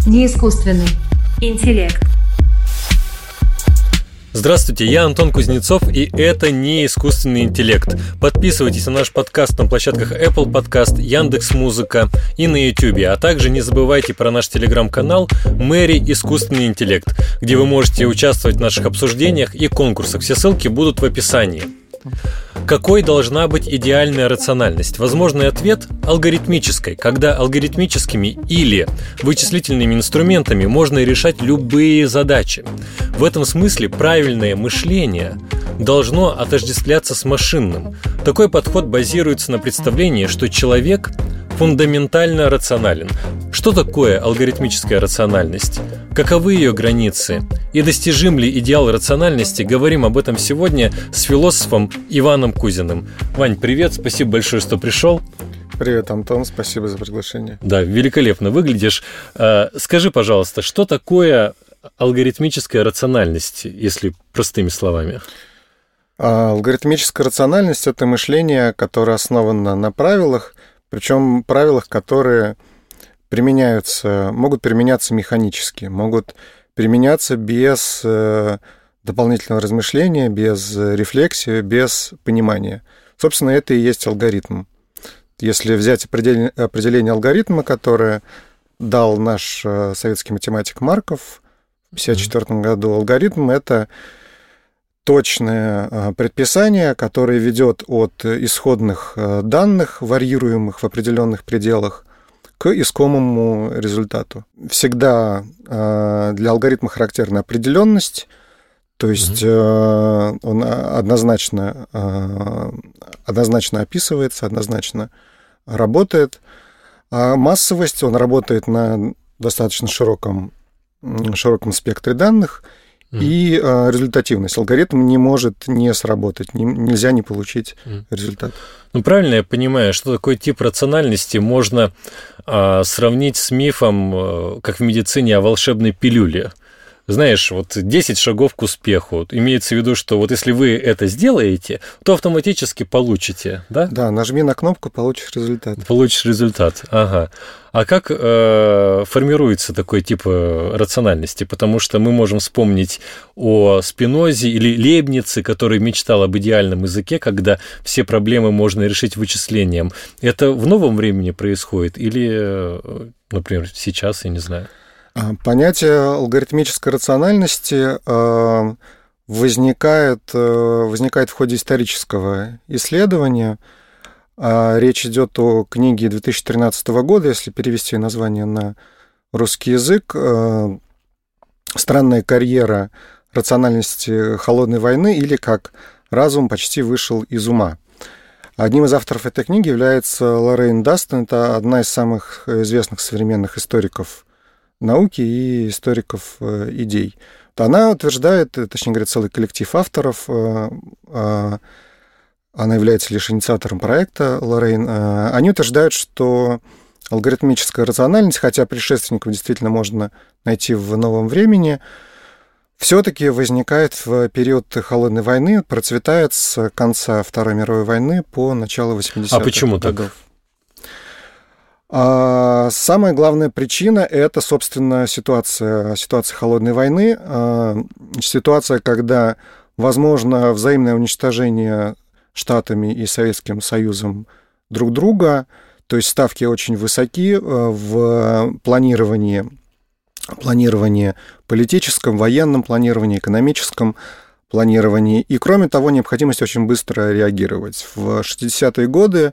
Неискусственный интеллект. Здравствуйте, я Антон Кузнецов, и это не искусственный интеллект. Подписывайтесь на наш подкаст на площадках Apple Podcast, Яндекс.Музыка и на YouTube. А также не забывайте про наш телеграм-канал «Мэри Искусственный интеллект», где вы можете участвовать в наших обсуждениях и конкурсах. Все ссылки будут в описании. Какой должна быть идеальная рациональность? Возможный ответ – алгоритмической, когда алгоритмическими или вычислительными инструментами можно решать любые задачи. В этом смысле правильное мышление должно отождествляться с машинным. Такой подход базируется на представлении, что человек фундаментально рационален. Что такое алгоритмическая рациональность? Каковы ее границы? И достижим ли идеал рациональности? Говорим об этом сегодня с философом Иваном Кузиным. Вань, привет, спасибо большое, что пришел. Привет, Антон, спасибо за приглашение. Да, великолепно выглядишь. Скажи, пожалуйста, что такое алгоритмическая рациональность, если простыми словами? Алгоритмическая рациональность – это мышление, которое основано на правилах, причем правилах, которые могут применяться механически, могут применяться без дополнительного размышления, без рефлексии, без понимания. Собственно, это и есть алгоритм. Если взять определение алгоритма, которое дал наш советский математик Марков в 1954 году, алгоритм – это точное предписание, которое ведет от исходных данных, варьируемых в определенных пределах, к искомому результату. Всегда для алгоритма характерна определенность, то есть он однозначно описывается, однозначно работает. А массовость, он работает на достаточно широком спектре данных, и результативность. Алгоритм не может не сработать, нельзя не получить результат. Ну, правильно я понимаю, что такой тип рациональности можно сравнить с мифом, как в медицине, о волшебной пилюле. Знаешь, вот 10 шагов к успеху. Имеется в виду, что вот если вы это сделаете, то автоматически получите, да? Да, нажми на кнопку, получишь результат. Получишь результат, ага. А как формируется такой тип рациональности? Потому что мы можем вспомнить о Спинозе или Лейбнице, который мечтал об идеальном языке, когда все проблемы можно решить вычислением. Это в новом времени происходит или, например, сейчас, я не знаю? Понятие алгоритмической рациональности возникает в ходе исторического исследования. Речь идет о книге 2013 года, если перевести название на русский язык, «Странная карьера рациональности холодной войны» или «Как разум почти вышел из ума». Одним из авторов этой книги является Лоррейн Дастон. Это одна из самых известных современных историков науки и историков идей. Она утверждает, точнее говоря, целый коллектив авторов, она является лишь инициатором проекта, Лоррейн, они утверждают, что алгоритмическая рациональность, хотя предшественников действительно можно найти в новом времени, все-таки возникает в период Холодной войны, процветает с конца Второй мировой войны по начало 80-х годов. А почему так? Самая главная причина – это, собственно, ситуация Холодной войны, ситуация, когда возможно взаимное уничтожение Штатами и Советским Союзом друг друга, то есть ставки очень высоки в планировании политическом, военном планировании, экономическом планировании, и, кроме того, необходимость очень быстро реагировать. В 60-е годы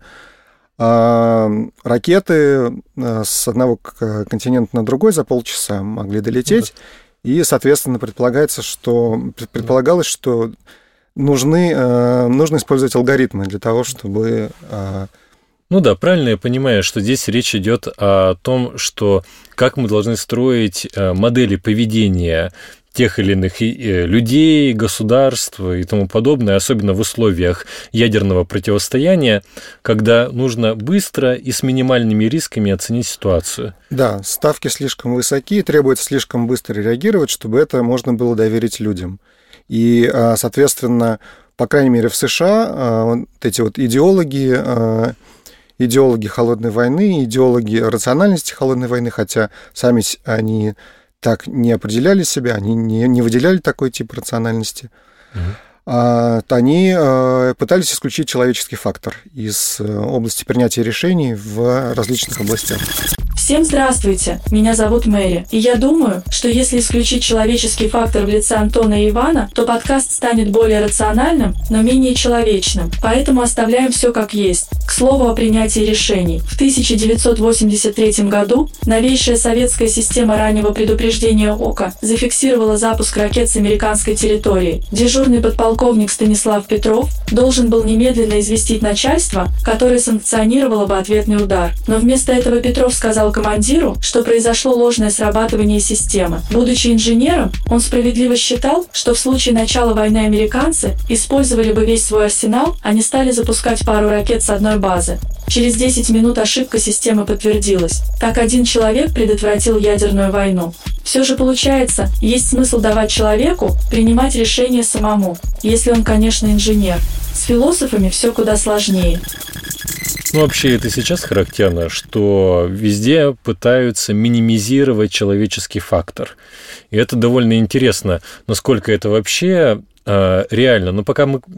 ракеты с одного континента на другой за полчаса могли долететь, и, соответственно, предполагалось, что нужно использовать алгоритмы для того, чтобы... Ну да, правильно я понимаю, что здесь речь идет о том, что как мы должны строить модели поведения тех или иных людей, государств и тому подобное, особенно в условиях ядерного противостояния, когда нужно быстро и с минимальными рисками оценить ситуацию. Да, ставки слишком высоки, требуется слишком быстро реагировать, чтобы это можно было доверить людям. И, соответственно, по крайней мере, в США вот эти вот идеологи идеологи холодной войны, идеологи рациональности холодной войны, хотя сами они так не определяли себя, они не выделяли такой тип рациональности. Они пытались исключить человеческий фактор из области принятия решений в различных областях. Всем здравствуйте, меня зовут Мэри, и я думаю, что если исключить человеческий фактор в лице Антона и Ивана, то подкаст станет более рациональным, но менее человечным, поэтому оставляем все как есть. К слову о принятии решений. В 1983 году новейшая советская система раннего предупреждения ОКА зафиксировала запуск ракет с американской территории. Дежурный подполковник Станислав Петров должен был немедленно известить начальство, которое санкционировало бы ответный удар. Но вместо этого Петров сказал командиру, что произошло ложное срабатывание системы. Будучи инженером, он справедливо считал, что в случае начала войны американцы использовали бы весь свой арсенал, а не стали запускать пару ракет с одной базы. Через 10 минут ошибка системы подтвердилась. Так один человек предотвратил ядерную войну. Все же получается, есть смысл давать человеку принимать решения самому, если он, конечно, инженер. С философами все куда сложнее. Вообще это сейчас характерно, что везде пытаются минимизировать человеческий фактор. И это довольно интересно, насколько это вообще реально. Но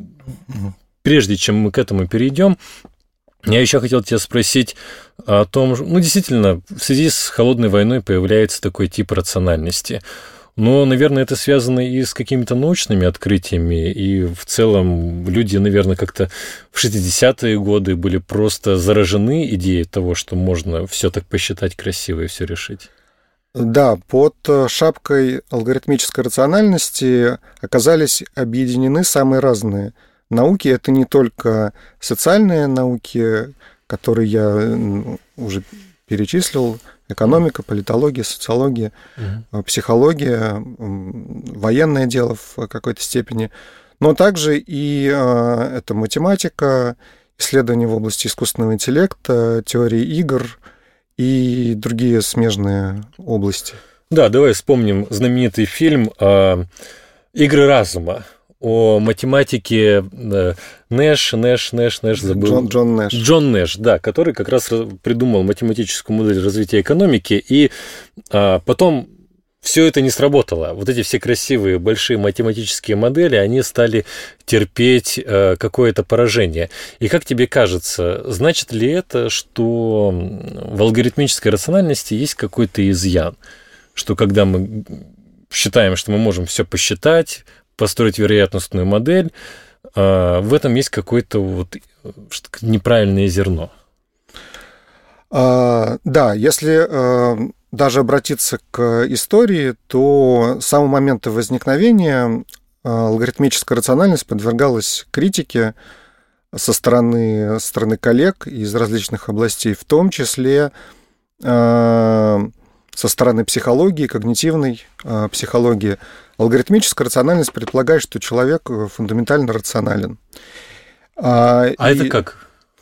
прежде чем мы к этому перейдем, я еще хотел тебя спросить о том, действительно, в связи с холодной войной появляется такой тип рациональности. Но, наверное, это связано и с какими-то научными открытиями, и в целом люди, наверное, как-то в 60-е годы были просто заражены идеей того, что можно все так посчитать красиво и все решить. Да, под шапкой алгоритмической рациональности оказались объединены самые разные науки. Это не только социальные науки, которые я уже перечислил, экономика, политология, социология, психология, военное дело в какой-то степени, но также и это математика, исследования в области искусственного интеллекта, теории игр и другие смежные области. Да, давай вспомним знаменитый фильм «Игры разума», о математике Нэш, забыл. Джон Нэш, да, который как раз придумал математическую модель развития экономики, и потом все это не сработало. Вот эти все красивые большие математические модели, они стали терпеть какое-то поражение. И как тебе кажется, значит ли это, что в алгоритмической рациональности есть какой-то изъян? Что когда мы считаем, что мы можем все посчитать, построить вероятностную модель, в этом есть какое-то неправильное зерно. Да, если даже обратиться к истории, то с самого момента возникновения алгоритмическая рациональность подвергалась критике со стороны коллег из различных областей, в том числе со стороны психологии, когнитивной психологии. Алгоритмическая рациональность предполагает, что человек фундаментально рационален. Это как?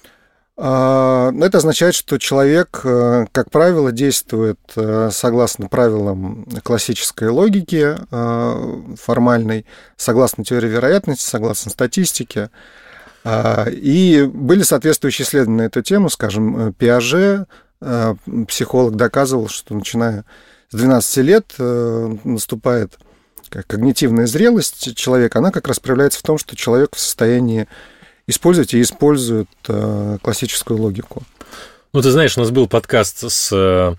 Это означает, что человек, как правило, действует согласно правилам классической логики формальной, согласно теории вероятности, согласно статистике. И были соответствующие исследования на эту тему, скажем, Пиаже, психолог, доказывал, что начиная с 12 лет наступает когнитивная зрелость человека, она как раз проявляется в том, что человек в состоянии использовать и использует классическую логику. Ты знаешь, у нас был подкаст с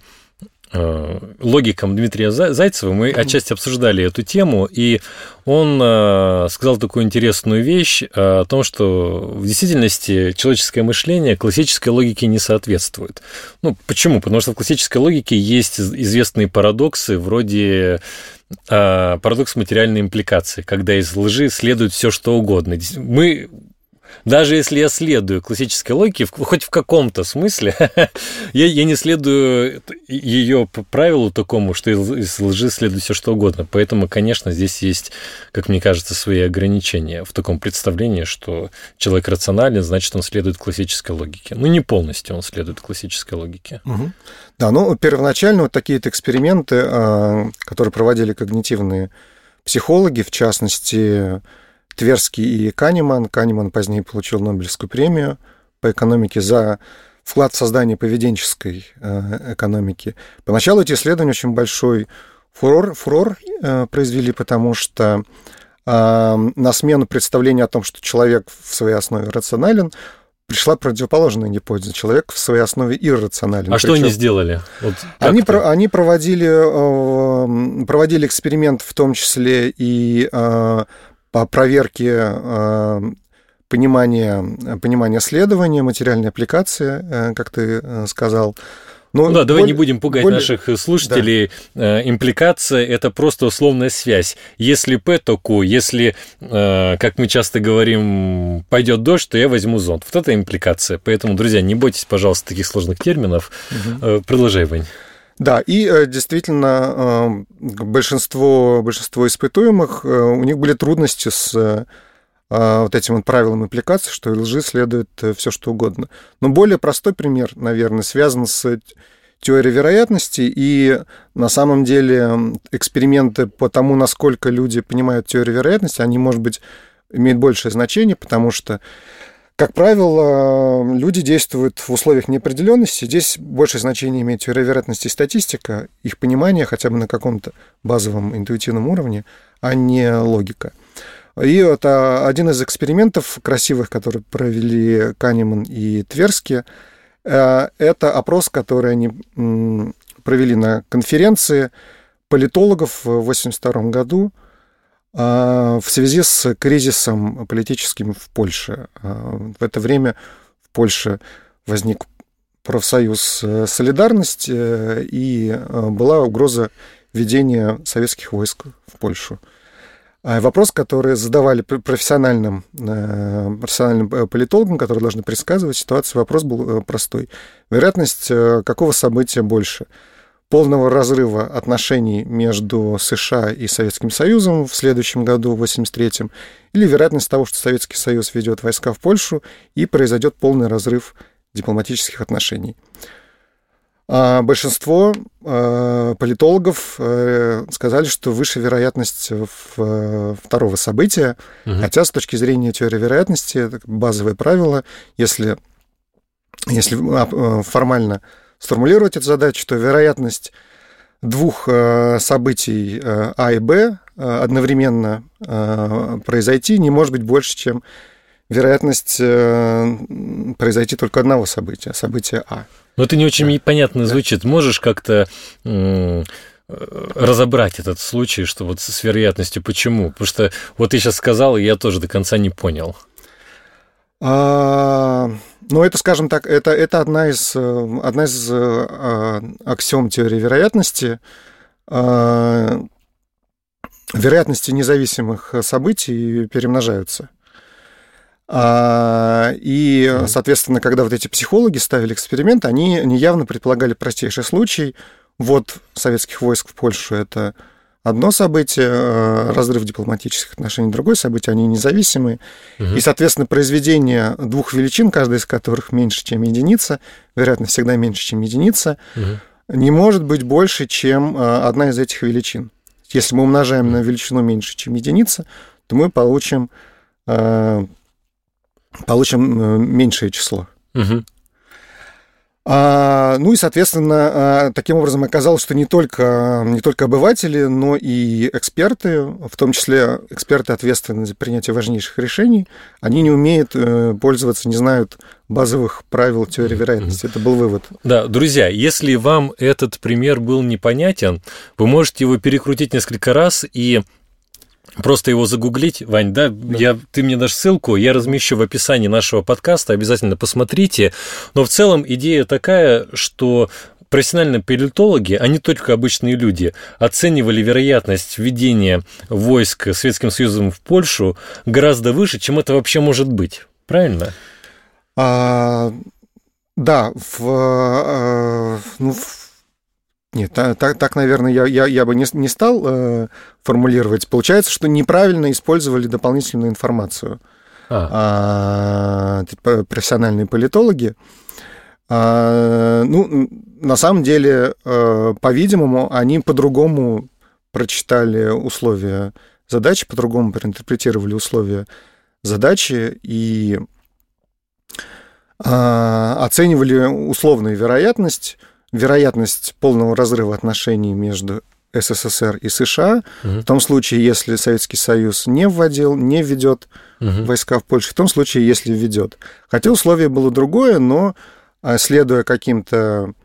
логиком Дмитрия Зайцева, мы отчасти обсуждали эту тему, и он сказал такую интересную вещь о том, что в действительности человеческое мышление классической логике не соответствует. Почему? Потому что в классической логике есть известные парадоксы, вроде парадокс материальной импликации, когда из лжи следует все что угодно. Даже если я следую классической логике, хоть в каком-то смысле, я не следую ее правилу такому, что из лжи следует все что угодно. Поэтому, конечно, здесь есть, как мне кажется, свои ограничения в таком представлении, что человек рационален, значит, он следует классической логике. Не полностью он следует классической логике. Да, первоначально такие-то эксперименты, которые проводили когнитивные психологи, в частности, Тверский и Канеман. Канеман позднее получил Нобелевскую премию по экономике за вклад в создание поведенческой экономики. Поначалу эти исследования очень большой фурор произвели, потому что на смену представлению о том, что человек в своей основе рационален, пришла противоположная гипотеза. Человек в своей основе иррационален. А что они сделали? Вот они проводили эксперимент, в том числе и по проверке понимания следования, материальной аппликации, как ты сказал. Давай не будем пугать наших слушателей. Да. Импликация – это просто условная связь. Если П, то Q. Если, как мы часто говорим, пойдет дождь, то я возьму зонт. Вот это импликация. Поэтому, друзья, не бойтесь, пожалуйста, таких сложных терминов. Продолжай, Вань. Да, и действительно, большинство испытуемых, у них были трудности с вот этим вот правилом импликации, что из лжи следует все что угодно. Но более простой пример, наверное, связан с теорией вероятности, и на самом деле эксперименты по тому, насколько люди понимают теорию вероятности, они, может быть, имеют большее значение, потому что, как правило, люди действуют в условиях неопределенности. Здесь большее значение имеет теория вероятности и статистика, их понимание хотя бы на каком-то базовом интуитивном уровне, а не логика. И это один из экспериментов красивых, которые провели Канеман и Тверски. Это опрос, который они провели на конференции политологов в 1982 году в связи с кризисом политическим в Польше. В это время в Польше возник профсоюз «Солидарность», и была угроза введения советских войск в Польшу. Вопрос, который задавали профессиональным политологам, которые должны предсказывать ситуацию, вопрос был простой. Вероятность какого события больше? Полного разрыва отношений между США и Советским Союзом в следующем году, в 1983-м, или вероятность того, что Советский Союз ведет войска в Польшу и произойдет полный разрыв дипломатических отношений? Большинство политологов сказали, что выше вероятность второго события, хотя с точки зрения теории вероятности, это базовое правило, если формально сформулировать эту задачу, то вероятность двух событий А и Б одновременно произойти не может быть больше, чем вероятность произойти только одного события А. Но это не очень понятно звучит. Можешь как-то разобрать этот случай, что вот с вероятностью почему? Потому что вот ты сейчас сказал, и я тоже до конца не понял. Это, скажем так, это одна из аксиом теории вероятности. Вероятности независимых событий перемножаются. И, соответственно, когда вот эти психологи ставили эксперимент, они явно предполагали простейший случай. Вот советских войск в Польшу — это одно событие, разрыв дипломатических отношений — другое событие, они независимые. И, соответственно, произведение двух величин, каждая из которых меньше, чем единица, вероятно, всегда меньше, чем единица, не может быть больше, чем одна из этих величин. Если мы умножаем на величину меньше, чем единица, то мы получим меньшее число. И, соответственно, таким образом оказалось, что не только обыватели, но и эксперты, в том числе эксперты, ответственные за принятие важнейших решений, они не умеют пользоваться, не знают базовых правил теории вероятности. Это был вывод. Да, друзья, если вам этот пример был непонятен, вы можете его перекрутить несколько раз и просто его загуглить, Вань, да? Ты мне дашь ссылку, я размещу в описании нашего подкаста, обязательно посмотрите. Но в целом идея такая, что профессиональные политологи, а не только обычные люди, оценивали вероятность введения войск Советским Союзом в Польшу гораздо выше, чем это вообще может быть. Правильно? Нет, так, наверное, я бы не стал формулировать. Получается, что неправильно использовали дополнительную информацию профессиональные политологи. На самом деле, по-видимому, они по-другому прочитали условия задачи, по-другому проинтерпретировали условия задачи, и оценивали условную вероятность полного разрыва отношений между СССР и США, в том случае, если Советский Союз не введет войска в Польшу, в том случае, если введет. Хотя условие было другое, но следуя каким-то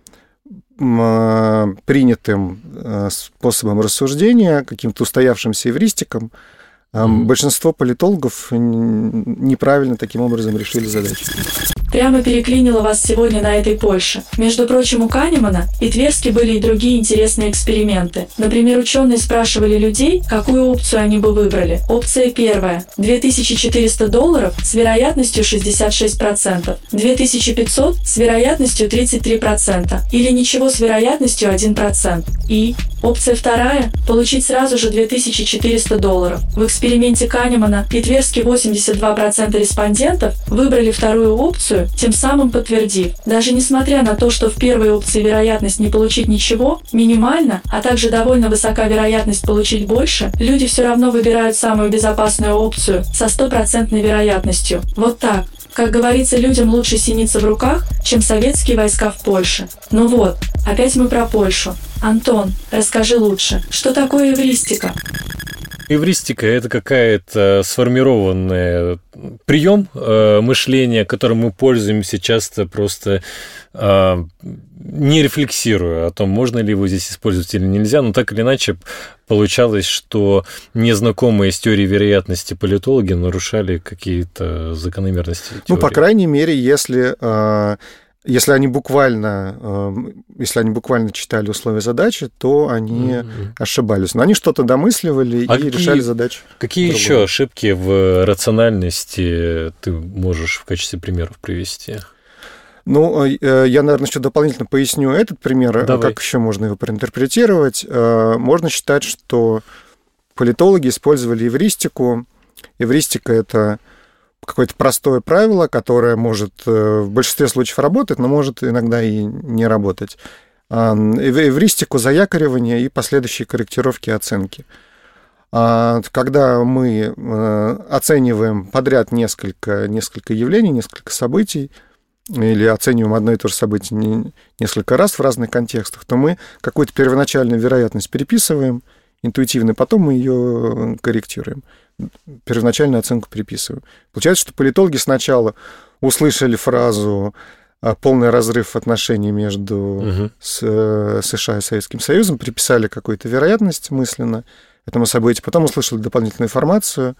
принятым способам рассуждения, каким-то устоявшимся эвристикам, большинство политологов неправильно таким образом решили задачу. Прямо переклинило вас сегодня на этой Польше. Между прочим, у Канемана и Тверски были и другие интересные эксперименты. Например, ученые спрашивали людей, какую опцию они бы выбрали. Опция первая – $2400 с вероятностью 66%, 2500 с вероятностью 33% или ничего с вероятностью 1%. И опция вторая – получить сразу же $2400. В эксперименте Канемана и Тверски 82% респондентов выбрали вторую опцию, тем самым подтвердив, даже несмотря на то, что в первой опции вероятность не получить ничего минимальна, а также довольно высока вероятность получить больше, люди все равно выбирают самую безопасную опцию со 100% вероятностью. Вот так. Как говорится, людям лучше синица в руках, чем советские войска в Польше. Ну вот, опять мы про Польшу. Антон, расскажи лучше, что такое эвристика? Эвристика – это какая-то сформированный прием мышления, которым мы пользуемся часто просто не рефлексируя о том, можно ли его здесь использовать или нельзя, но так или иначе получалось, что незнакомые с теорией вероятности политологи нарушали какие-то закономерности теории. Ну, по крайней мере, если они буквально читали условия задачи, то они ошибались. Но они что-то домысливали и решали задачу. Какие еще ошибки в рациональности ты можешь в качестве примеров привести? Ну, я, наверное, еще дополнительно поясню этот пример. Давай. Как еще можно его проинтерпретировать. Можно считать, что политологи использовали эвристику. Эвристика – это какое-то простое правило, которое может в большинстве случаев работать, но может иногда и не работать. Эвристику заякоривания и последующие корректировки оценки. Когда мы оцениваем подряд несколько явлений, несколько событий, или оцениваем одно и то же событие несколько раз в разных контекстах, то мы какую-то первоначальную вероятность переписываем интуитивно, потом мы ее корректируем. Первоначальную оценку переписываем. Получается, что политологи сначала услышали фразу «полный разрыв отношений между США и Советским Союзом», приписали какую-то вероятность мысленно этому событию, потом услышали дополнительную информацию,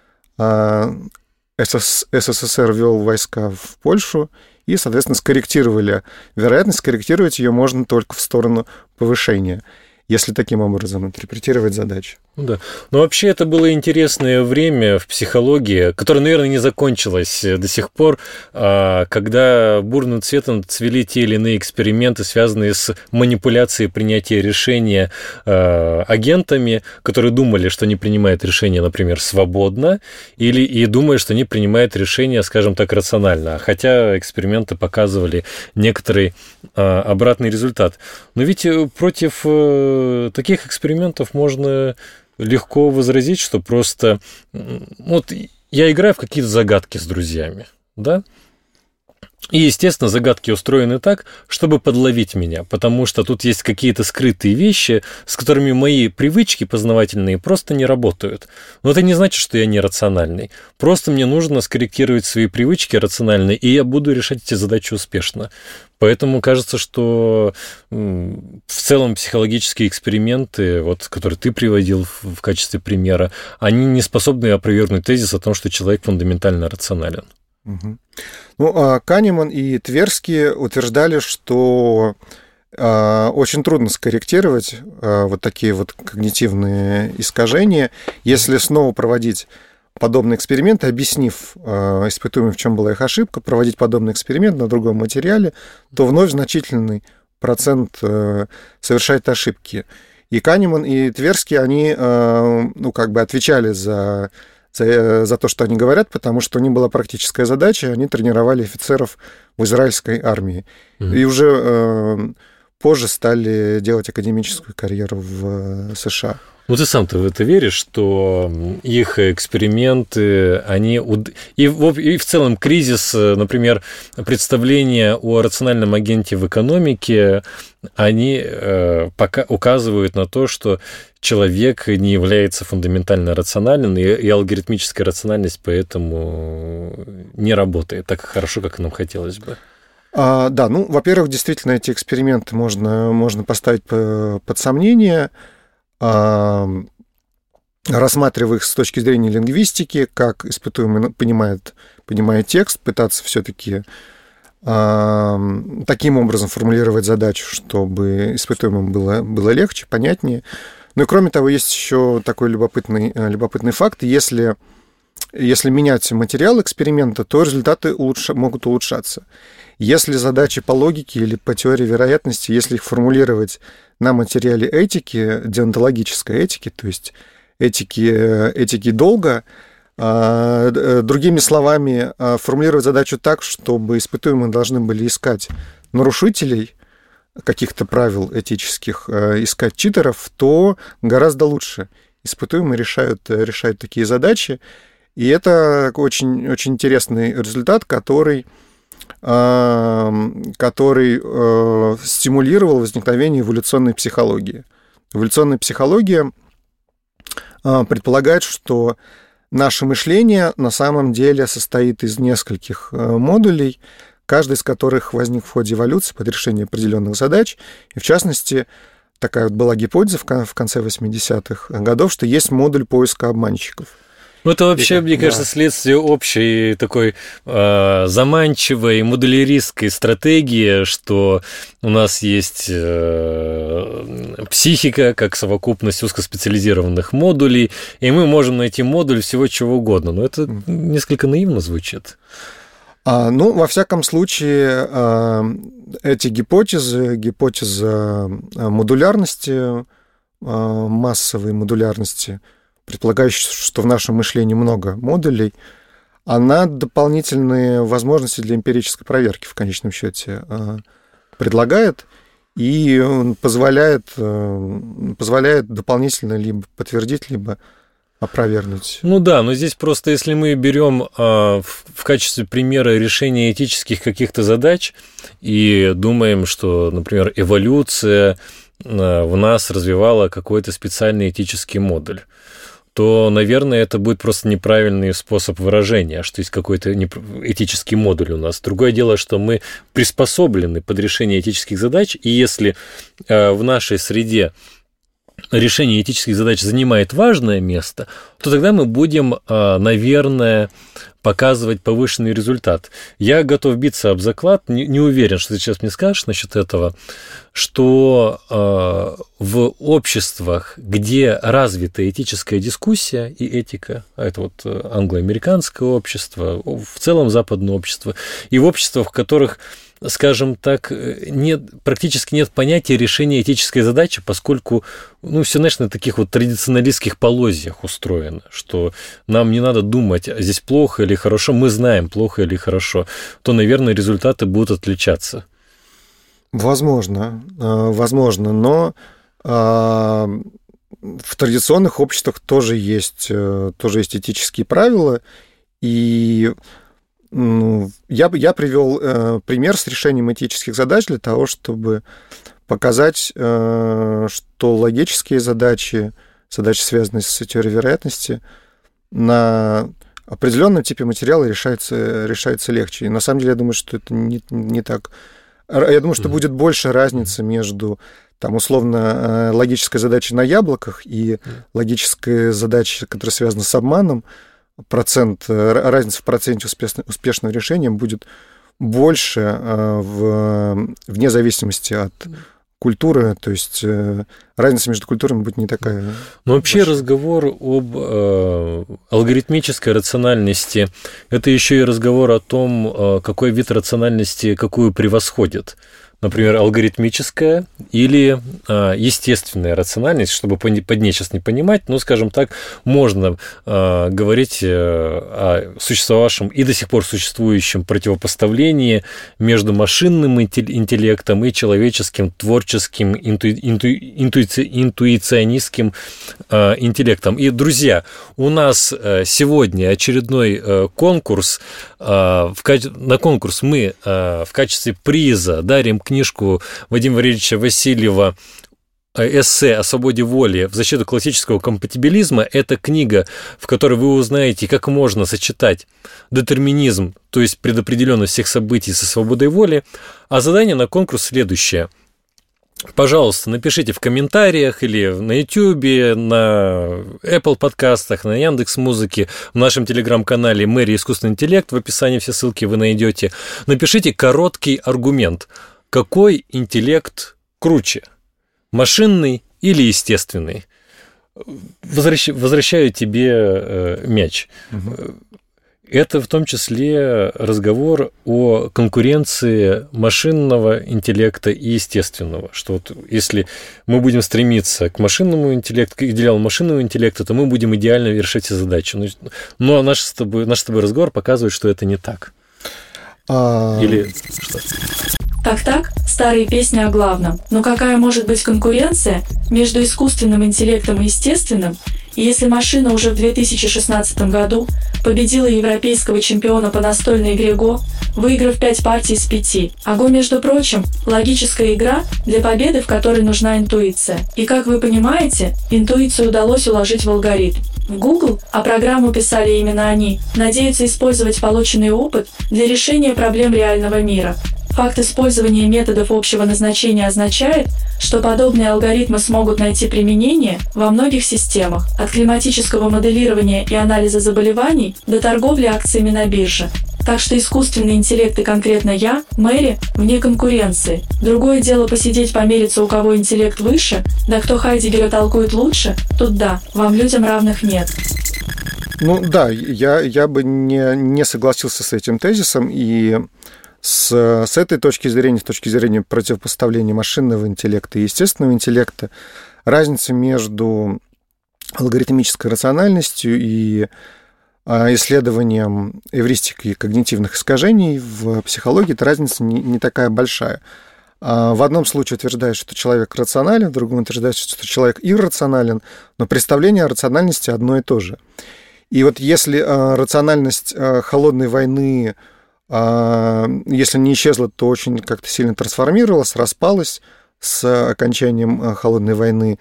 СССР ввел войска в Польшу, и, соответственно, скорректировали вероятность. Скорректировать ее можно только в сторону повышения, если таким образом интерпретировать задачу. Да. Но вообще это было интересное время в психологии, которое, наверное, не закончилось до сих пор, когда бурным цветом цвели те или иные эксперименты, связанные с манипуляцией принятия решения агентами, которые думали, что они принимают решение, например, свободно, и думают, что они принимают решение, скажем так, рационально, хотя эксперименты показывали некоторый обратный результат. Но ведь против таких экспериментов можно легко возразить, что просто... Вот я играю в какие-то загадки с друзьями, да? И, естественно, загадки устроены так, чтобы подловить меня, потому что тут есть какие-то скрытые вещи, с которыми мои привычки познавательные просто не работают. Но это не значит, что я нерациональный. Просто мне нужно скорректировать свои привычки рационально, и я буду решать эти задачи успешно. Поэтому кажется, что в целом психологические эксперименты, вот, которые ты приводил в качестве примера, они не способны опровергнуть тезис о том, что человек фундаментально рационален. Угу. Ну, Канеман и Тверски утверждали, что очень трудно скорректировать вот такие вот когнитивные искажения, если снова проводить подобные эксперименты, объяснив испытуемым, в чем была их ошибка, проводить подобный эксперимент на другом материале, то вновь значительный процент совершает ошибки. И Канеман, и Тверски, они отвечали за то, что они говорят, потому что у них была практическая задача, они тренировали офицеров в израильской армии. И уже позже стали делать академическую карьеру в США. Ну, ты сам-то в это веришь, что их эксперименты, они... И в целом кризис, например, представления о рациональном агенте в экономике, они пока указывают на то, что человек не является фундаментально рациональным, и алгоритмическая рациональность поэтому не работает так хорошо, как нам хотелось бы. Да, ну, во-первых, действительно, эти эксперименты можно поставить под сомнение, рассматривая их с точки зрения лингвистики, как испытуемый понимает текст, пытаться все-таки таким образом формулировать задачу, чтобы испытуемым было легче, понятнее. Ну и кроме того, есть еще такой любопытный факт. Если менять материал эксперимента, то результаты могут улучшаться. Если задачи по логике или по теории вероятности, если их формулировать на материале этики, деонтологической этики, то есть этики долга, другими словами, формулировать задачу так, чтобы испытуемые должны были искать нарушителей каких-то правил этических, искать читеров, то гораздо лучше испытуемые решают такие задачи. И это очень, очень интересный результат, который стимулировал возникновение эволюционной психологии. Эволюционная психология предполагает, что наше мышление на самом деле состоит из нескольких модулей, каждый из которых возник в ходе эволюции под решение определенных задач. И в частности, такая вот была гипотеза в конце 80-х годов, что есть модуль поиска обманщиков. Ну, это вообще, мне кажется, следствие общей такой заманчивой модулеристской стратегии, что у нас есть психика как совокупность узкоспециализированных модулей, и мы можем найти модуль всего чего угодно. Но это несколько наивно звучит. Ну, во всяком случае, эти гипотеза модулярности, массовой модулярности, предполагающая, что в нашем мышлении много модулей, она дополнительные возможности для эмпирической проверки в конечном счете предлагает и позволяет дополнительно либо подтвердить, либо опровергнуть. Ну да, но здесь просто, если мы берем в качестве примера решения этических каких-то задач и думаем, что, например, эволюция в нас развивала какой-то специальный этический модуль, то, наверное, это будет просто неправильный способ выражения, что есть какой-то этический модуль у нас. Другое дело, что мы приспособлены под решение этических задач, и если в нашей среде решение этических задач занимает важное место, то тогда мы будем, наверное, показывать повышенный результат. Я готов биться об заклад, не уверен, что ты сейчас мне скажешь насчет этого, что в обществах, где развита этическая дискуссия и этика, а это вот англо-американское общество, в целом западное общество, и в обществах, в которых, скажем так, практически нет понятия решения этической задачи, поскольку, все, знаешь, на таких вот традиционалистских полозьях устроено, что нам не надо думать, здесь плохо или хорошо, мы знаем, плохо или хорошо, то, наверное, результаты будут отличаться. Возможно, но в традиционных обществах тоже есть этические правила, и я привел пример с решением этических задач для того, чтобы показать, что логические задачи, связанные с теорией вероятности, на определенном типе материала решаются легче. И на самом деле я думаю, что это не так. Я думаю, что будет больше разницы между, условно, логической задачей на яблоках и логической задачей, которая связана с обманом. Разница в проценте успешного решения будет больше вне зависимости от культуры, то есть разница между культурами будет не такая. Но вообще разговор об алгоритмической рациональности – это еще и разговор о том, какой вид рациональности какую превосходит. например, алгоритмическая или естественная рациональность, чтобы под ней сейчас не понимать, но, скажем так, можно говорить о существовавшем и до сих пор существующем противопоставлении между машинным интеллектом и человеческим, творческим, интуиционистским интеллектом. И, друзья, у нас сегодня очередной конкурс. На конкурс мы в качестве приза дарим книжку Вадима Валерьевича Васильева «Эссе о свободе воли в защиту классического компатибилизма». Это книга, в которой вы узнаете, как можно сочетать детерминизм, то есть предопределенность всех событий, со свободой воли. А задание на конкурс следующее. Пожалуйста, напишите в комментариях или на YouTube, на Apple подкастах, на Яндекс.Музыке, в нашем телеграм-канале «Мэри. Искусственный интеллект», в описании все ссылки вы найдете. Напишите короткий аргумент. Какой интеллект круче? Машинный или естественный? Возвращаю тебе мяч. Это в том числе разговор о конкуренции машинного интеллекта и естественного. Что вот если мы будем стремиться к машинному интеллекту, к идеалу машинного интеллекта, то мы будем идеально решать все задачи. Но наш с тобой разговор показывает, что это не так. Или что? Так, старые песни о главном. Но какая может быть конкуренция между искусственным интеллектом и естественным, если машина уже в 2016 году победила европейского чемпиона по настольной игре Го, выиграв 5 партий из 5. А Го, между прочим, логическая игра, для победы в которой нужна интуиция. И как вы понимаете, интуицию удалось уложить в алгоритм. В Google, а программу писали именно они, надеются использовать полученный опыт для решения проблем реального мира. Факт использования методов общего назначения означает, что подобные алгоритмы смогут найти применение во многих системах, от климатического моделирования и анализа заболеваний до торговли акциями на бирже. Так что искусственный интеллект и конкретно я, Мэри, вне конкуренции. Другое дело посидеть помериться, у кого интеллект выше, да кто Хайдеггера толкует лучше, тут да, вам людям равных нет. Ну да, я бы не согласился с этим тезисом, и с этой точки зрения, с точки зрения противопоставления машинного интеллекта и естественного интеллекта, разница между алгоритмической рациональностью и исследованием эвристики и когнитивных искажений в психологии, эта разница не такая большая. В одном случае утверждается, что человек рационален, в другом утверждается, что человек иррационален, но представление о рациональности одно и то же. И вот если рациональность холодной войны, если не исчезла, то очень как-то сильно трансформировалась, распалась с окончанием холодной войны,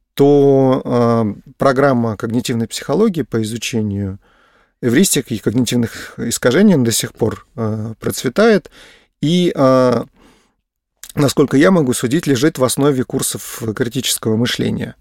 то программа когнитивной психологии по изучению эвристики и когнитивных искажений до сих пор процветает и, насколько я могу судить, лежит в основе курсов критического мышления,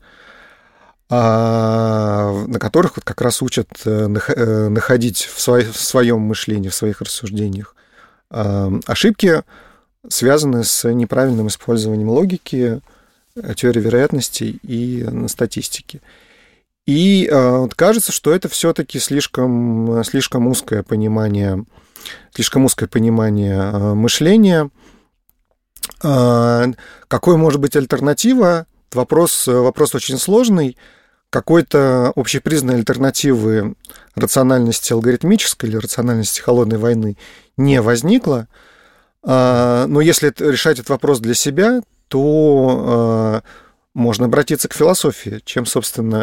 на которых вот как раз учат находить в своем мышлении, в своих рассуждениях ошибки, связанные с неправильным использованием логики, теории вероятностей и статистики. И вот кажется, что это все-таки слишком узкое понимание мышления. Какой может быть альтернатива? Вопрос очень сложный. Какой-то общепризнанной альтернативы рациональности алгоритмической или рациональности холодной войны не возникло. Но если решать этот вопрос для себя, то можно обратиться к философии, чем, собственно,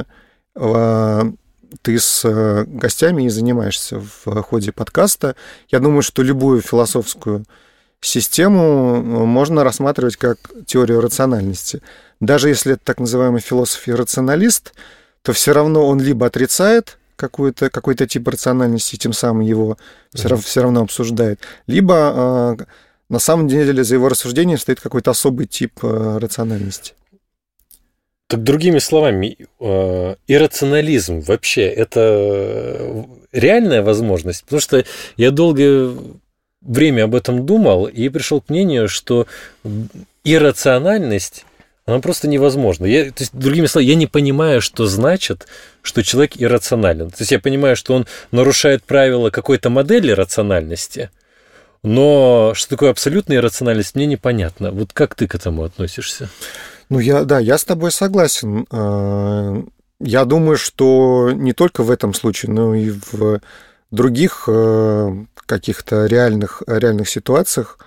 ты с гостями и занимаешься в ходе подкаста. Я думаю, что любую философскую систему можно рассматривать как теорию рациональности. Даже если это так называемый философ и рационалист, то все равно он либо отрицает какой-то тип рациональности, и тем самым его все равно обсуждает, либо на самом деле за его рассуждением стоит какой-то особый тип рациональности. Так, другими словами, иррационализм вообще это реальная возможность? Потому что я долгое время об этом думал и пришел к мнению, что иррациональность, она просто невозможна. То есть, другими словами, я не понимаю, что значит, что человек иррационален. То есть я понимаю, что он нарушает правила какой-то модели рациональности, Но что такое абсолютная иррациональность, мне непонятно. Вот как ты к этому относишься? Ну, я с тобой согласен. Я думаю, что не только в этом случае, но и в других каких-то реальных ситуациях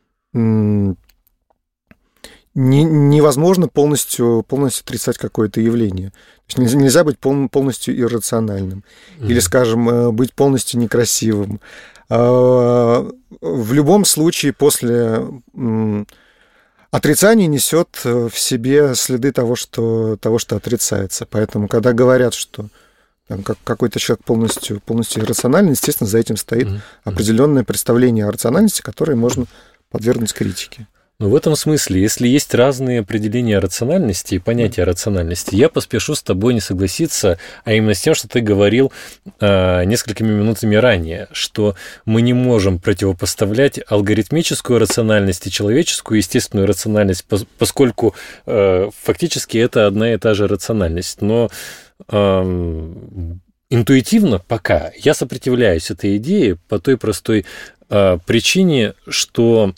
невозможно полностью отрицать какое-то явление. То есть нельзя быть полностью иррациональным. Или, скажем, быть полностью некрасивым. В любом случае после отрицание несет в себе следы того, что отрицается. Поэтому, когда говорят, что какой-то человек полностью иррациональный, естественно, за этим стоит определенное представление о рациональности, которое можно подвергнуть критике. Ну, в этом смысле, если есть разные определения рациональности и понятия рациональности, я поспешу с тобой не согласиться, а именно с тем, что ты говорил несколькими минутами ранее, что мы не можем противопоставлять алгоритмическую рациональность и человеческую естественную рациональность, поскольку фактически это одна и та же рациональность. Но интуитивно пока я сопротивляюсь этой идее по той простой причине, что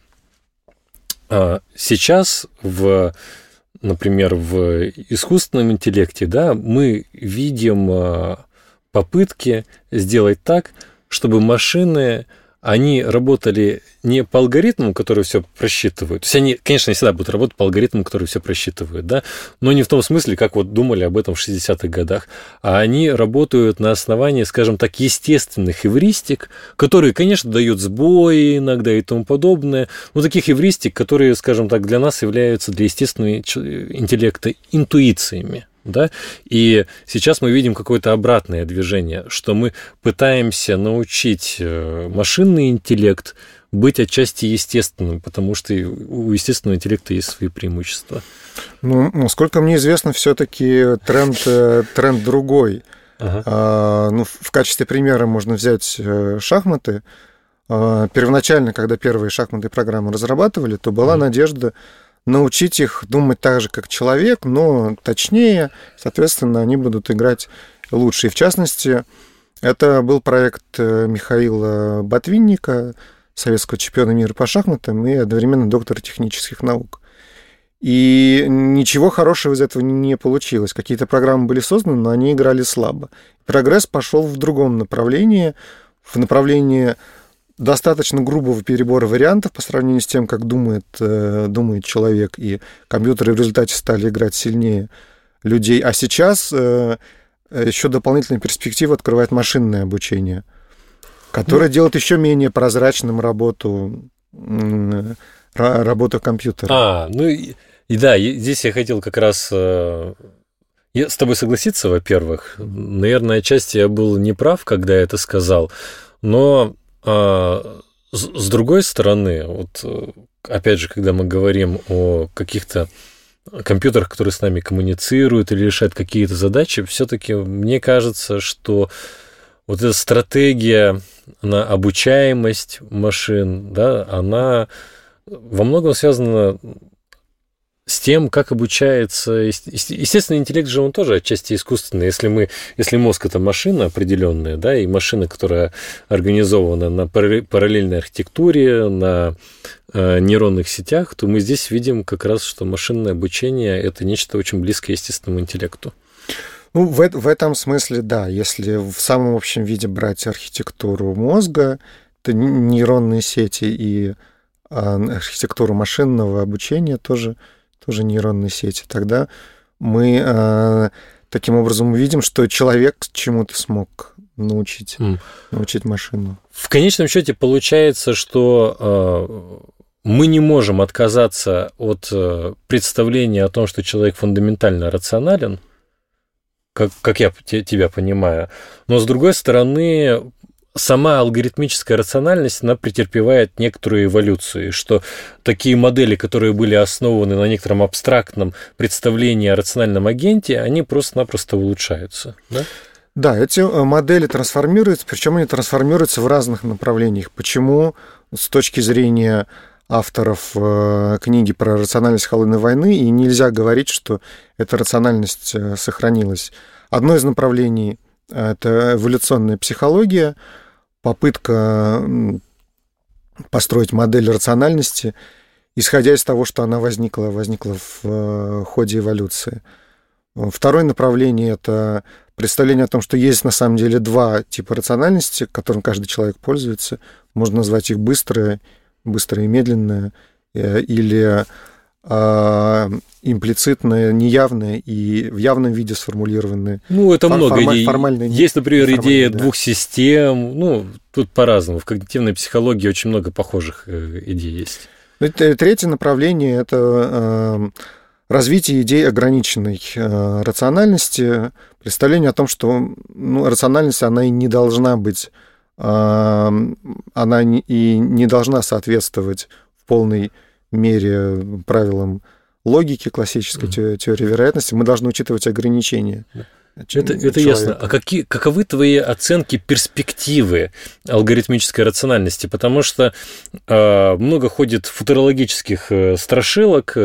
сейчас, например, в искусственном интеллекте, да, мы видим попытки сделать так, чтобы машины, они работали не по алгоритмам, которые все просчитывают. То есть они, конечно, не всегда будут работать по алгоритмам, которые все просчитывают, да, но не в том смысле, как вот думали об этом в 60-х годах, а они работают на основании, скажем так, естественных эвристик, которые, конечно, дают сбои иногда и тому подобное, но таких эвристик, которые, скажем так, для нас являются для естественного интеллекта интуициями. Да? И сейчас мы видим какое-то обратное движение, что мы пытаемся научить машинный интеллект быть отчасти естественным, потому что у естественного интеллекта есть свои преимущества. Ну, насколько мне известно, все-таки тренд другой. Ага. В качестве примера можно взять шахматы. Первоначально, когда первые шахматные программы разрабатывали, то была надежда научить их думать так же, как человек, но точнее, соответственно, они будут играть лучше. И в частности, это был проект Михаила Ботвинника, советского чемпиона мира по шахматам и одновременно доктора технических наук. И ничего хорошего из этого не получилось. Какие-то программы были созданы, но они играли слабо. Прогресс пошел в другом направлении, в направлении достаточно грубого перебора вариантов по сравнению с тем, как думает человек, и компьютеры в результате стали играть сильнее людей. А сейчас еще дополнительная перспектива открывает машинное обучение, которое делает еще менее прозрачным работу компьютера. Да, здесь я хотел как раз с тобой согласиться, во-первых. Наверное, отчасти я был неправ, когда я это сказал, но с другой стороны, вот опять же, когда мы говорим о каких-то компьютерах, которые с нами коммуницируют или решают какие-то задачи, все-таки мне кажется, что вот эта стратегия на обучаемость машин, да, она во многом связана с тем, как обучается естественный интеллект же, он тоже отчасти искусственный. Если мозг — это машина определенная, да, и машина, которая организована на параллельной архитектуре, на нейронных сетях, то мы здесь видим как раз, что машинное обучение — это нечто очень близкое естественному интеллекту. Ну, в этом смысле, да. Если в самом общем виде брать архитектуру мозга, то нейронные сети и архитектуру машинного обучения тоже нейронные сети, тогда мы таким образом увидим, что человек чему-то смог научить машину. В конечном счете получается, что мы не можем отказаться от представления о том, что человек фундаментально рационален, как я тебя понимаю, но, с другой стороны, сама алгоритмическая рациональность, она претерпевает некоторую эволюцию, что такие модели, которые были основаны на некотором абстрактном представлении о рациональном агенте, они просто-напросто улучшаются. Да? Да, эти модели трансформируются, причем они трансформируются в разных направлениях. Почему с точки зрения авторов книги про рациональность холодной войны и нельзя говорить, что эта рациональность сохранилась? Одно из направлений — это эволюционная психология, попытка построить модель рациональности, исходя из того, что она возникла в ходе эволюции. Второе направление – это представление о том, что есть на самом деле два типа рациональности, которым каждый человек пользуется. Можно назвать их быстрое и медленное, или имплицитное, неявное и в явном виде сформулированное. Это много идей. Есть, например, идея двух систем. Тут по-разному. В когнитивной психологии очень много похожих идей есть. Третье направление – это развитие идей ограниченной рациональности, представление о том, что рациональность, она и не должна быть, она и не должна соответствовать в полной мере правилам логики, классической теории вероятности. Мы должны учитывать ограничения. Это ясно. А каковы твои оценки перспективы алгоритмической рациональности? Потому что много ходит футурологических страшилок,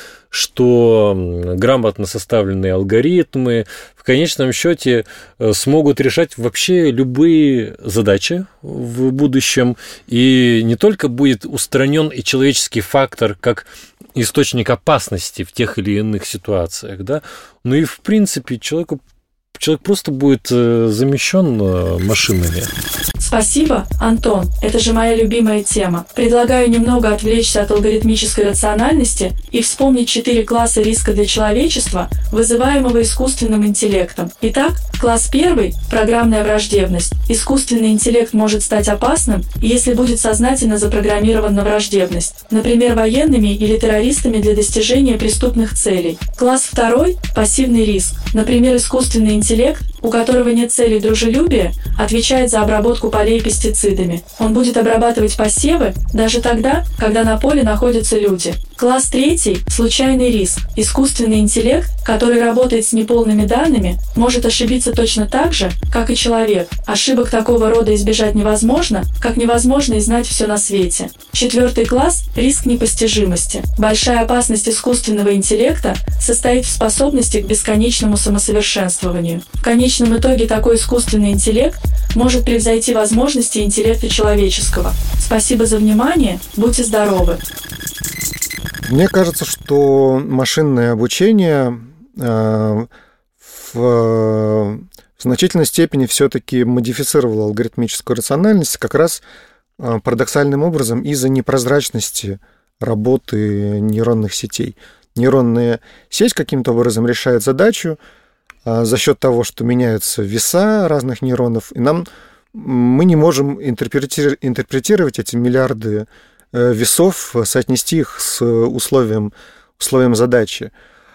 что грамотно составленные алгоритмы в конечном счете смогут решать вообще любые задачи в будущем, и не только будет устранен и человеческий фактор как источник опасности в тех или иных ситуациях, да, но и в принципе человек просто будет замещен машинами. Спасибо, Антон. Это же моя любимая тема. Предлагаю немного отвлечься от алгоритмической рациональности и вспомнить 4 класса риска для человечества, вызываемого искусственным интеллектом. Итак, класс 1 – программная враждебность. Искусственный интеллект может стать опасным, если будет сознательно запрограммирован на враждебность, например, военными или террористами для достижения преступных целей. Класс 2 – пассивный риск. Например, искусственный интеллект, у которого нет цели дружелюбия, отвечает за обработку полей пестицидами. Он будет обрабатывать посевы даже тогда, когда на поле находятся люди. Класс 3 – случайный риск. Искусственный интеллект, который работает с неполными данными, может ошибиться точно так же, как и человек. Ошибок такого рода избежать невозможно, как невозможно и знать все на свете. 4 класс – риск непостижимости. Большая опасность искусственного интеллекта состоит в способности к бесконечному самосовершенствованию. В конечном итоге такой искусственный интеллект может превзойти возможности интеллекта человеческого. Спасибо за внимание, будьте здоровы. Мне кажется, что машинное обучение в значительной степени все-таки модифицировало алгоритмическую рациональность как раз парадоксальным образом из-за непрозрачности работы нейронных сетей. Нейронная сеть каким-то образом решает задачу за счет того, что меняются веса разных нейронов, и мы не можем интерпретировать эти миллиарды весов, соотнести их с условием задачи.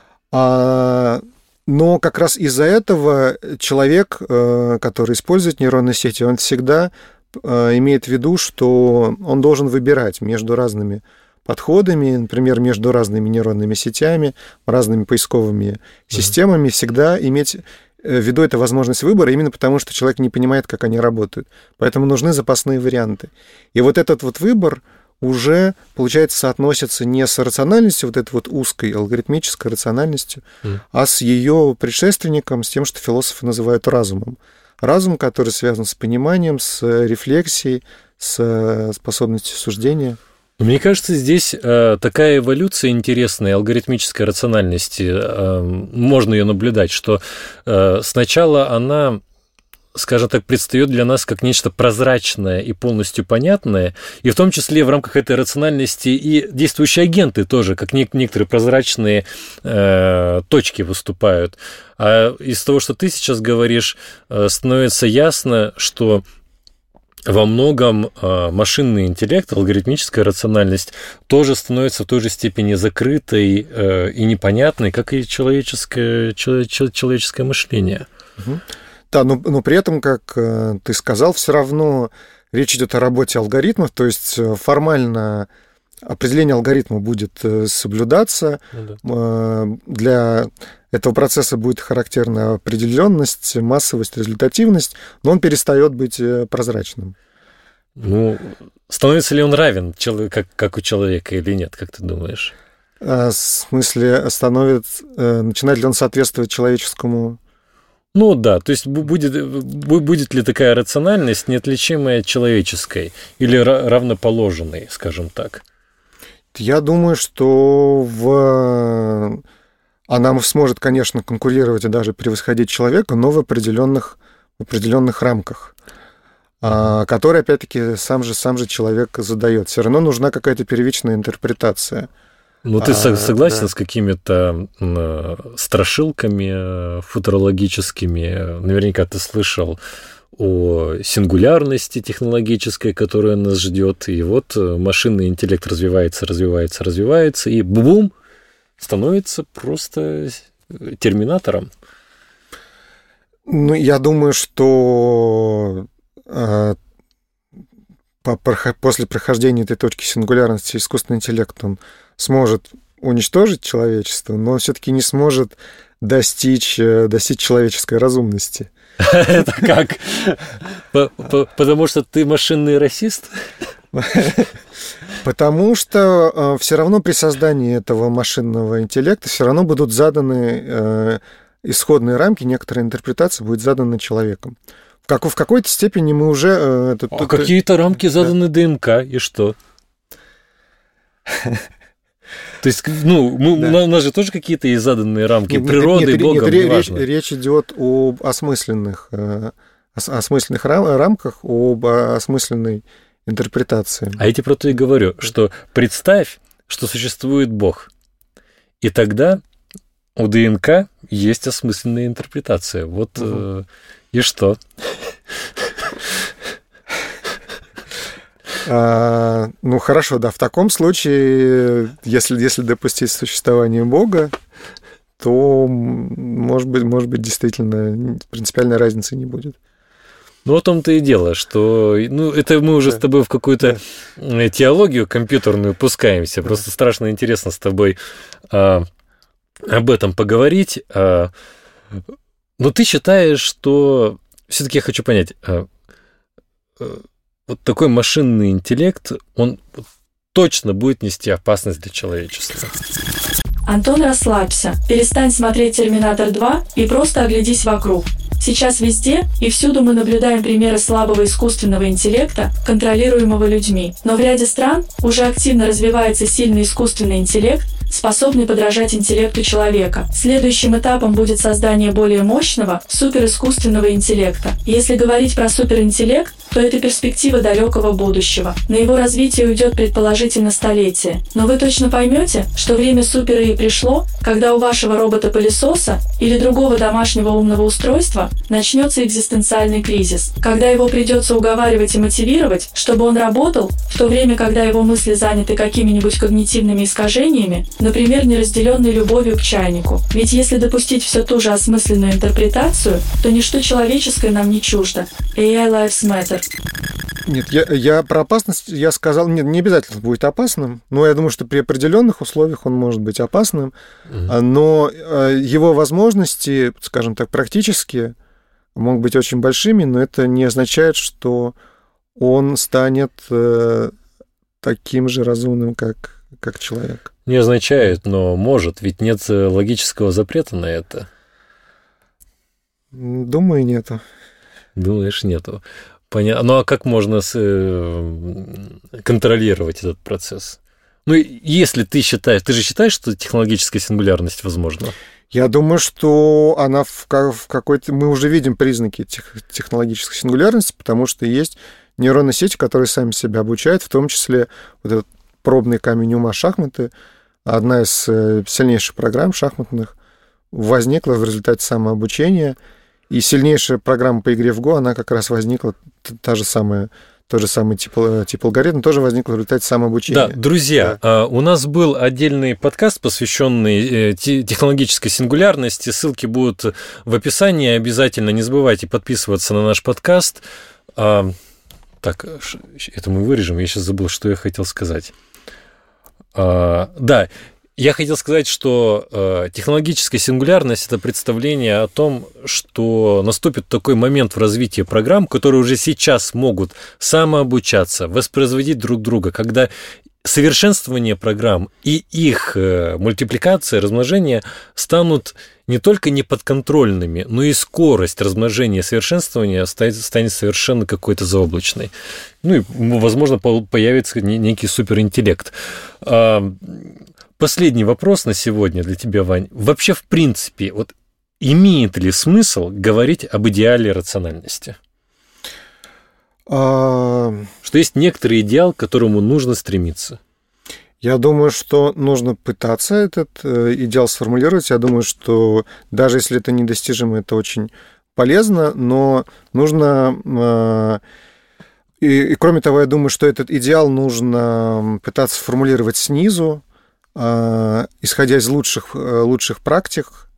Но как раз из-за этого человек, который использует нейронные сети, он всегда имеет в виду, что он должен выбирать между разными подходами, например, между разными нейронными сетями, разными поисковыми системами, всегда иметь в виду эту возможность выбора, именно потому что человек не понимает, как они работают. Поэтому нужны запасные варианты. И вот этот вот выбор уже, получается, соотносится не с рациональностью, вот этой вот узкой алгоритмической рациональностью, а с ее предшественником, с тем, что философы называют разумом. Разум, который связан с пониманием, с рефлексией, с способностью суждения. Мне кажется, здесь такая эволюция интересная алгоритмической рациональности, можно ее наблюдать, что сначала она, скажем так, предстает для нас как нечто прозрачное и полностью понятное, и в том числе в рамках этой рациональности и действующие агенты тоже, как некоторые прозрачные точки выступают. А из того, что ты сейчас говоришь, становится ясно, что во многом машинный интеллект, алгоритмическая рациональность тоже становится в той же степени закрытой и непонятной, как и человеческое мышление. Да, но при этом, как ты сказал, все равно речь идет о работе алгоритмов, то есть формально определение алгоритма будет соблюдаться. Для этого процесса будет характерна определенность, массовость, результативность, но он перестает быть прозрачным. Становится ли он равен, как у человека, или нет, как ты думаешь? В смысле, начинает ли он соответствовать человеческому Ну да, то есть будет ли такая рациональность неотличимая от человеческой или равноположенной, скажем так? Я думаю, что она сможет, конечно, конкурировать и даже превосходить человека, но в определенных рамках, которые, опять-таки, сам же человек задает. Все равно нужна какая-то первичная интерпретация. Ну, ты согласен с какими-то страшилками футурологическими? Наверняка ты слышал о сингулярности технологической, которая нас ждет. И вот машинный интеллект развивается, и бум, становится просто терминатором. Ну, я думаю, что после прохождения этой точки сингулярности искусственный интеллект, он сможет уничтожить человечество, но все-таки не сможет достичь человеческой разумности. Это как? Потому что ты машинный расист? Потому что все равно при создании этого машинного интеллекта все равно будут заданы исходные рамки, некоторая интерпретация будет задана человеком. В какой-то степени мы уже... какие-то рамки заданы ДНК, и что? То есть, у нас же тоже какие-то есть заданные рамки природы, Богом, неважно. Речь идет об осмысленных рамках, об осмысленной интерпретации. А я тебе про то и говорю, что представь, что существует Бог, и тогда у ДНК есть осмысленная интерпретация. Вот и что? Ну, хорошо, да. В таком случае, если допустить существование Бога, то, может быть, действительно принципиальной разницы не будет. Ну, о том-то и дело, что... Ну, это мы уже с тобой в какую-то теологию компьютерную пускаемся. Просто страшно интересно с тобой об этом поговорить. Но ты считаешь, что... Все-таки я хочу понять... Вот такой машинный интеллект, он точно будет нести опасность для человечества. Антон, расслабься. Перестань смотреть «Терминатор 2» и просто оглядись вокруг. Сейчас везде и всюду мы наблюдаем примеры слабого искусственного интеллекта, контролируемого людьми. Но в ряде стран уже активно развивается сильный искусственный интеллект, способный подражать интеллекту человека. Следующим этапом будет создание более мощного, суперискусственного интеллекта. Если говорить про суперинтеллект, то это перспектива далекого будущего. На его развитие уйдет предположительно столетие. Но вы точно поймете, что время супер ИИ пришло, когда у вашего робота-пылесоса или другого домашнего умного устройства начнется экзистенциальный кризис, когда его придется уговаривать и мотивировать, чтобы он работал, в то время, когда его мысли заняты какими-нибудь когнитивными искажениями, например, неразделенной любовью к чайнику. Ведь если допустить все ту же осмысленную интерпретацию, то ничто человеческое нам не чуждо. AI Lives Matter. Нет, я про опасность я сказал, нет, не обязательно будет опасным, но я думаю, что при определенных условиях он может быть опасным, но его возможности, скажем так, практически могут быть очень большими, но это не означает, что он станет таким же разумным, как человек. Не означает, но может, ведь нет логического запрета на это. Думаю, нету. Думаешь, нету. Понятно. Ну, а как можно контролировать этот процесс? Ну, если ты же считаешь, что технологическая сингулярность возможна? Я думаю, что она в какой-то... Мы уже видим признаки технологической сингулярности, потому что есть нейронные сети, которые сами себя обучают, в том числе вот этот пробный камень ума шахматы, одна из сильнейших программ шахматных, возникла в результате самообучения. И сильнейшая программа по игре в Go, она как раз возникла, тот же самый тип алгоритм, тоже возник в результате самообучения. Да, друзья, да. У нас был отдельный подкаст, посвященный технологической сингулярности. Ссылки будут в описании. Обязательно не забывайте подписываться на наш подкаст. Так, это мы вырежем. Я сейчас забыл, что я хотел сказать. Да, я хотел сказать, что технологическая сингулярность – это представление о том, что наступит такой момент в развитии программ, которые уже сейчас могут самообучаться, воспроизводить друг друга, когда совершенствование программ и их мультипликация, размножение станут не только неподконтрольными, но и скорость размножения и совершенствования станет совершенно какой-то заоблачной. Ну и, возможно, появится некий суперинтеллект. Последний вопрос на сегодня для тебя, Вань. Вообще, в принципе, вот имеет ли смысл говорить об идеале рациональности? Что есть некоторый идеал, к которому нужно стремиться. Я думаю, что нужно пытаться этот идеал сформулировать. Я думаю, что даже если это недостижимо, это очень полезно, но нужно... И кроме того, я думаю, что этот идеал нужно пытаться формулировать снизу, исходя из лучших практик.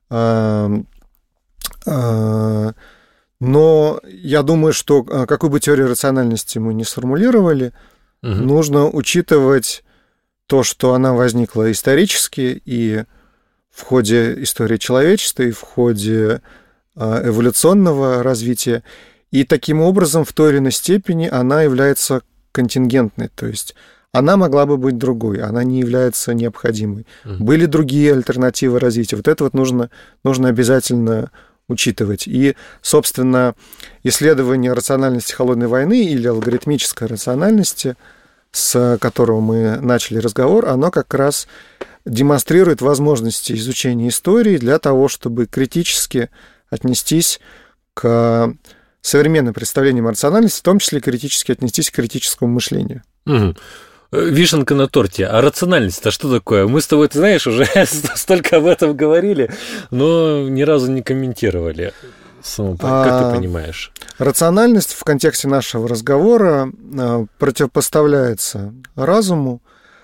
Но я думаю, что какую бы теорию рациональности мы ни сформулировали, нужно учитывать то, что она возникла исторически и в ходе истории человечества, и в ходе эволюционного развития. И таким образом, в той или иной степени, она является контингентной. То есть она могла бы быть другой, она не является необходимой. Были другие альтернативы развития. Вот это вот нужно обязательно учитывать. И, собственно, исследование рациональности холодной войны или алгоритмической рациональности, с которого мы начали разговор, оно как раз демонстрирует возможности изучения истории для того, чтобы критически отнестись к современным представлениям о рациональности, в том числе критически отнестись к критическому мышлению. Вишенка на торте. А рациональность-то что такое? Мы с тобой, ты знаешь, уже столько об этом говорили, но ни разу не комментировали. Как ты понимаешь? Рациональность в контексте нашего разговора противопоставляется разуму.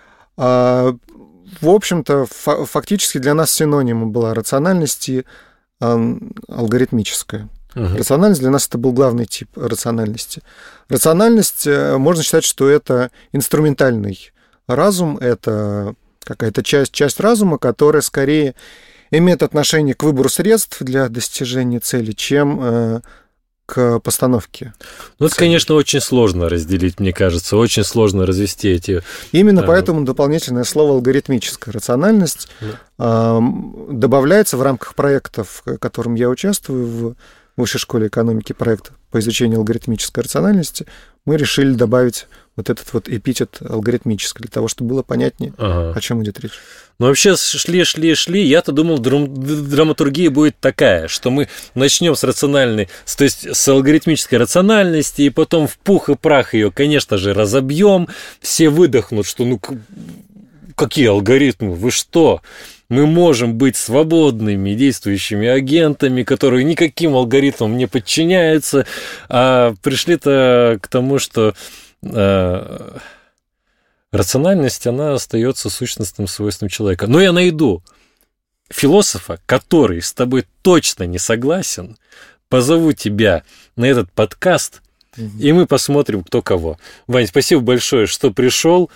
В общем-то, фактически для нас синонимом была рациональность и алгоритмическая. Рациональность для нас это был главный тип рациональности. Рациональность, можно считать, что это инструментальный разум, это какая-то часть разума, которая скорее имеет отношение к выбору средств для достижения цели, чем к постановке. Ну, это, конечно, очень сложно разделить, мне кажется, очень сложно развести эти... Именно поэтому дополнительное слово «алгоритмическая рациональность» добавляется в рамках проектов, в котором я участвую в Высшей школе экономики, проект по изучению алгоритмической рациональности. Мы решили добавить вот этот вот эпитет алгоритмический, для того, чтобы было понятнее, о чем идет речь. Ну, вообще, шли. Я-то думал, драматургия будет такая, что мы начнем с рациональной, то есть с алгоритмической рациональности, и потом в пух и прах ее, конечно же, разобьем. Все выдохнут, что какие алгоритмы, вы что? Мы можем быть свободными действующими агентами, которые никаким алгоритмам не подчиняются, а пришли-то к тому, что рациональность, она остается сущностным свойством человека. Но я найду философа, который с тобой точно не согласен, позову тебя на этот подкаст, и мы посмотрим, кто кого. Вань, спасибо большое, что пришел.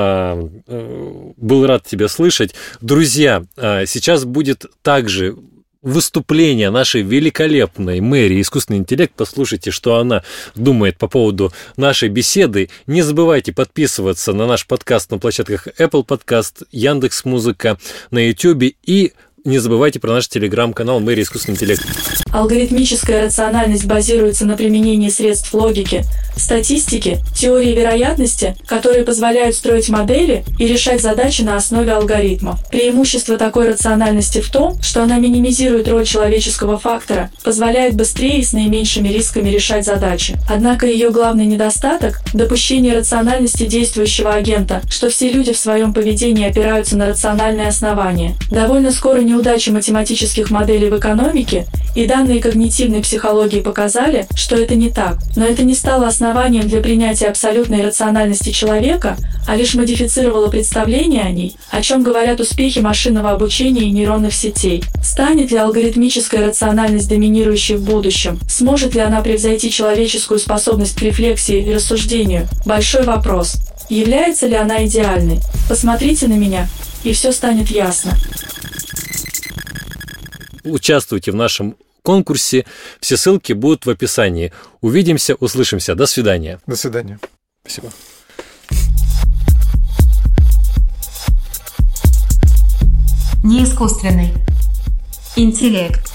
Был рад тебя слышать. Друзья, сейчас будет также выступление нашей великолепной Мэри «Искусственный интеллект». Послушайте, что она думает по поводу нашей беседы. Не забывайте подписываться на наш подкаст на площадках Apple Podcast, Яндекс.Музыка, на YouTube и не забывайте про наш телеграм-канал «Мэри «Искусственный интеллект». Алгоритмическая рациональность базируется на применении средств логики, статистики, теории вероятности, которые позволяют строить модели и решать задачи на основе алгоритмов. Преимущество такой рациональности в том, что она минимизирует роль человеческого фактора, позволяет быстрее и с наименьшими рисками решать задачи. Однако ее главный недостаток – допущение рациональности действующего агента, что все люди в своем поведении опираются на рациональные основания. Довольно скоро неудачи математических моделей в экономике и данные когнитивной психологии показали, что это не так. Но это не стало основанием для принятия абсолютной рациональности человека, а лишь модифицировало представление о ней, о чем говорят успехи машинного обучения и нейронных сетей. Станет ли алгоритмическая рациональность доминирующей в будущем? Сможет ли она превзойти человеческую способность к рефлексии и рассуждению? Большой вопрос. Является ли она идеальной? Посмотрите на меня, и все станет ясно. Участвуйте в нашем конкурсе. Все ссылки будут в описании. Увидимся, услышимся. До свидания. До свидания. Спасибо. Не искусственный интеллект.